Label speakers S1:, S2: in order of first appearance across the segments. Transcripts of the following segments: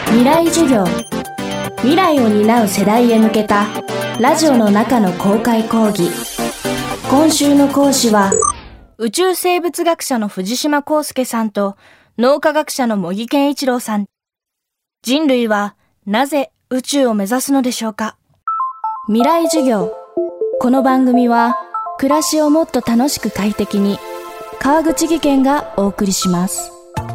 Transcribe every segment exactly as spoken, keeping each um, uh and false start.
S1: 未来授業、未来を担う世代へ向けたラジオの中の公開講義。今週の講師は宇宙生物学者の藤島康介さんと脳科学者の茂木健一郎さん。人類はなぜ宇宙を目指すのでしょうか。未来授業。この番組は暮らしをもっと楽しく快適に、川口義賢がお送りします。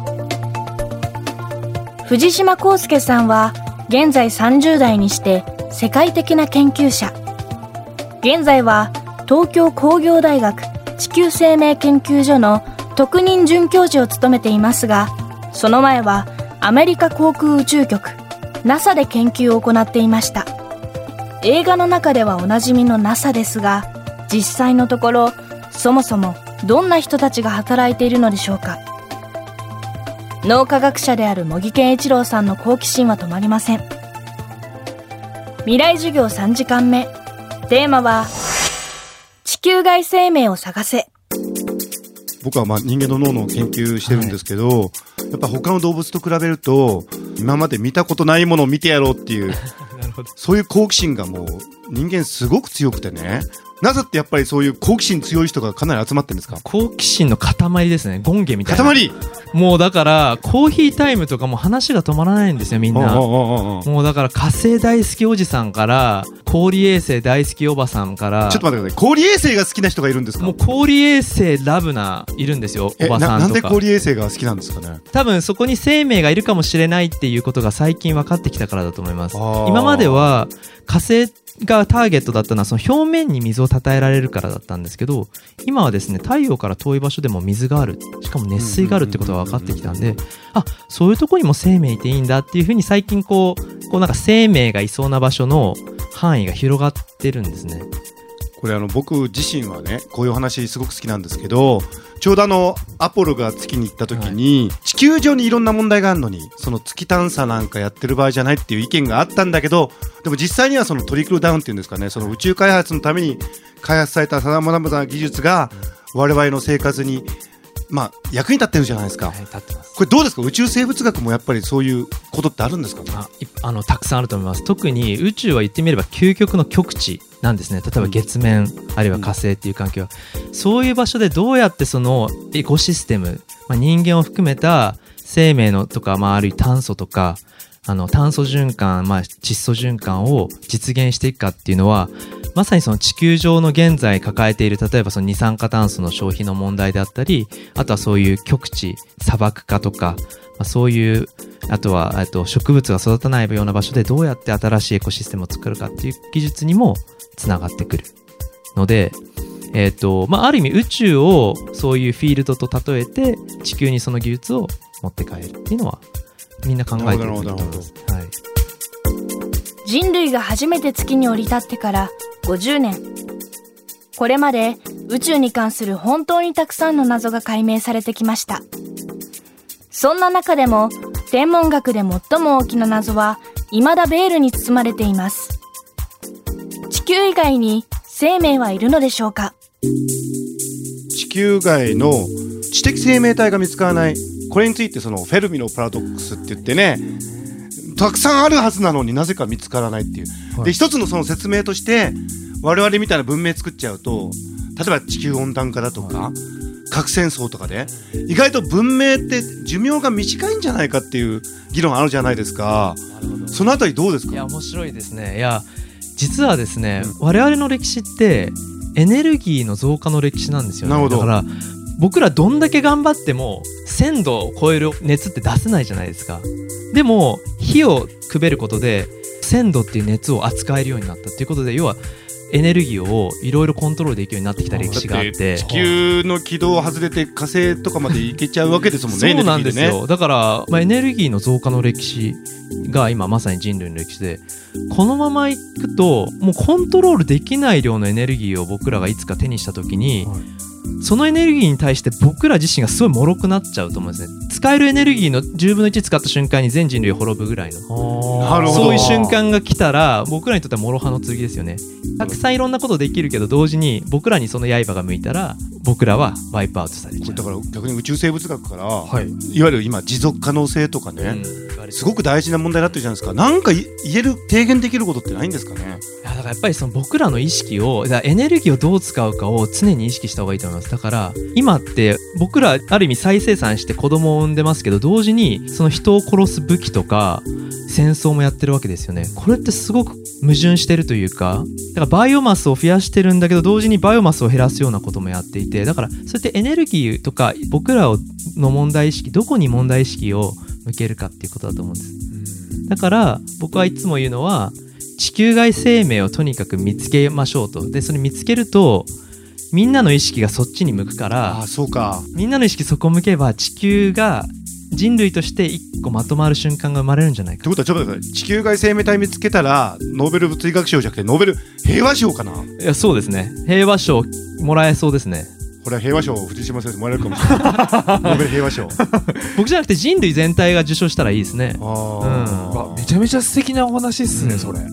S1: 藤島康介さんは現在さんじゅう代にして世界的な研究者。現在は東京工業大学地球生命研究所の特任准教授を務めていますが、その前はアメリカ航空宇宙局 ナサ で研究を行っていました。映画の中ではおなじみの ナサ ですが、実際のところそもそもどんな人たちが働いているのでしょうか。脳科学者である茂木健一郎さんの好奇心は止まりません。未来授業さんじかんめ、テーマは地球外生命を探せ。
S2: 僕はまあ人間の脳の研究してるんですけど、はい、やっぱ他の動物と比べると今まで見たことないものを見てやろうっていうなるほど、そういう好奇心がもう人間すごく強くてね。ナサってやっぱりそういう好奇心強い人がかなり集まってるんですか。
S3: 好奇心の塊ですね。ゴンゲみたいな
S2: 塊。
S3: もうだからコーヒータイムとかも話が止まらないんですよ、みんな。おうおうおうおう、もうだから火星大好きおじさんから氷衛星大好きおばさんから。
S2: ちょっと待ってください。氷衛星が好きな人がいるんですか。
S3: もう氷衛星ラブないるんですよ、おばさんとか。
S2: な, なんで氷衛星が好きなんですかね。
S3: 多分そこに生命がいるかもしれないっていうことが最近分かってきたからだと思います。今までは火星がターゲットだったのはその表面に水をたたえられるからだったんですけど、今はですね、太陽から遠い場所でも水がある、しかも熱水があるってことが分かってきたんで、あ、そういうところにも生命いていいんだっていうふうに最近こう、こうなんか生命がいそうな場所の範囲が広がってるんですね。
S2: これあの僕自身はね、こういう話すごく好きなんですけど、ちょうどあのアポロが月に行った時に、はい、地球上にいろんな問題があるのにその月探査なんかやってる場合じゃないっていう意見があったんだけど、でも実際にはそのトリクルダウンっていうんですかね、その宇宙開発のために開発されたさまざまな技術が我々の生活にまあ役に立ってるじゃないですか。はい、立ってます。これどうですか。宇宙生物学もやっぱりそういうことってあるんですかね。
S3: ああのたくさんあると思います。特に宇宙は言ってみれば究極の極地なんですね。例えば月面、うん、あるいは火星っていう環境、うん、そういう場所でどうやってそのエコシステム、まあ、人間を含めた生命のとか、まあ、あるいは炭素とかあの炭素循環、まあ、窒素循環を実現していくかっていうのは、まさにその地球上の現在抱えている、例えばその二酸化炭素の消費の問題であったり、あとはそういう極地砂漠化とか、まあ、そういうあとはあと植物が育たないような場所でどうやって新しいエコシステムを作るかっていう技術にもつながってくるので、えーとまあ、ある意味宇宙をそういうフィールドと例えて地球にその技術を持って帰るっていうのはみんな考えていると思います。はい、
S1: 人類が初めて月に降り立ってからごじゅうねん。これまで宇宙に関する本当にたくさんの謎が解明されてきました。そんな中でも天文学で最も大きな謎は未だベールに包まれています。地球以外に生命はいるのでしょうか。
S2: 地球外の知的生命体が見つからない、これについてそのフェルミのパラドックスって言ってね、たくさんあるはずなのになぜか見つからないっていう、はい、で一つのその説明として我々みたいな文明作っちゃうと、例えば地球温暖化だとか、はい、核戦争とかで意外と文明って寿命が短いんじゃないかっていう議論あるじゃないですか。そのあたりどうですか。
S3: いや面白いですね。いや実はですね、うん、我々の歴史ってエネルギーの増加の歴史なんですよね。なるほど。だから僕らどんだけ頑張ってもせんどを超える熱って出せないじゃないですか。でも火をくべることでせんどっていう熱を扱えるようになったっていうことで、要はエネルギーをいろいろコントロールできるようになってきた歴史があって、
S2: 地球の軌道を外れて火星とかまで行けちゃうわけですもんね。
S3: そうなんですよ。だから、まあ、エネルギーの増加の歴史が今まさに人類の歴史で、このままいくともうコントロールできない量のエネルギーを僕らがいつか手にした時に、はい、 そのエネルギーに対して僕ら自身がすごい脆くなっちゃうと思うんですね。使えるエネルギーのじゅうぶんのいち使った瞬間に全人類滅ぶぐらいの、
S2: なるほど、
S3: そういう瞬間が来たら僕らにとっては諸刃の剣ですよね。たくさんいろんなことできるけど同時に僕らにその刃が向いたら僕らはワイプアウトされちゃう。
S2: だから逆に宇宙生物学から、
S4: はい、
S2: いわゆる今持続可能性とかね、うん、すごく大事な問題になってるじゃないですか。なんか言える提言できることってないんですかね。
S3: いやだからやっぱりその僕らの意識を、だからエネルギーをどう使うかを常に意識した方がいいと思います。だから今って僕らある意味再生産して子供を産んでますけど、同時にその人を殺す武器とか戦争もやってるわけですよね。これってすごく矛盾してるというか、だからバイオマスを増やしてるんだけど同時にバイオマスを減らすようなこともやっていて、だからそうやってエネルギーとか僕らの問題意識、どこに問題意識を向けるかっていうことだと思うんです。だから僕はいつも言うのは、地球外生命をとにかく見つけましょうと。でそれ見つけるとみんなの意識がそっちに向くから、
S2: あ、そうか、
S3: みんなの意識そこ向けば地球が人類として一個まとまる瞬間が生まれるんじゃないか。
S2: ということはちょっと待ってください。地球外生命体見つけたらノーベル物理学賞じゃなくてノーベル平和賞かな。
S3: いやそうですね、平和賞もらえそうですね。
S2: これは平和賞藤島先生もらえるかもしれないノーベル平和賞
S3: 僕じゃなくて人類全体が受賞したらいいですね。
S2: あ、
S4: うん、めちゃめちゃ素敵なお話っすね、うん、それ。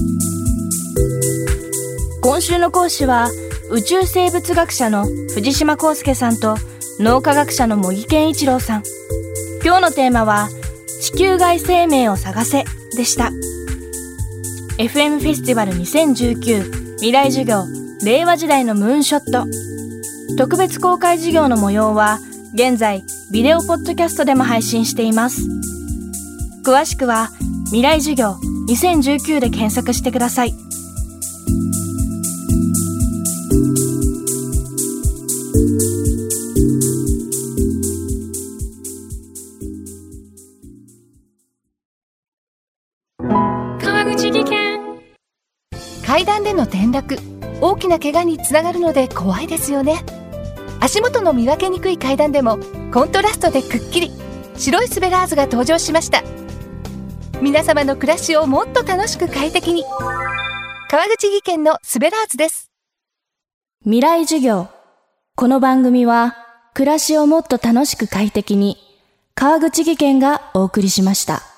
S1: 今週の講師は宇宙生物学者の藤島康介さんと脳科学者の茂木健一郎さん。今日のテーマは地球外生命を探せでした。 エフエム フェスティバルにせんじゅうきゅう未来授業令和時代のムーンショット特別公開授業の模様は現在ビデオポッドキャストでも配信しています。詳しくは未来授業にせんじゅうきゅうで検索してください。
S5: 川口技研。
S6: 階段での転落、大きな怪我につながるので怖いですよね。足元の見分けにくい階段でもコントラストでくっきり白いスベラーズが登場しました。皆様の暮らしをもっと楽しく快適に、川口技研のスベラーズです。
S1: 未来授業。この番組は暮らしをもっと楽しく快適に、川口技研がお送りしました。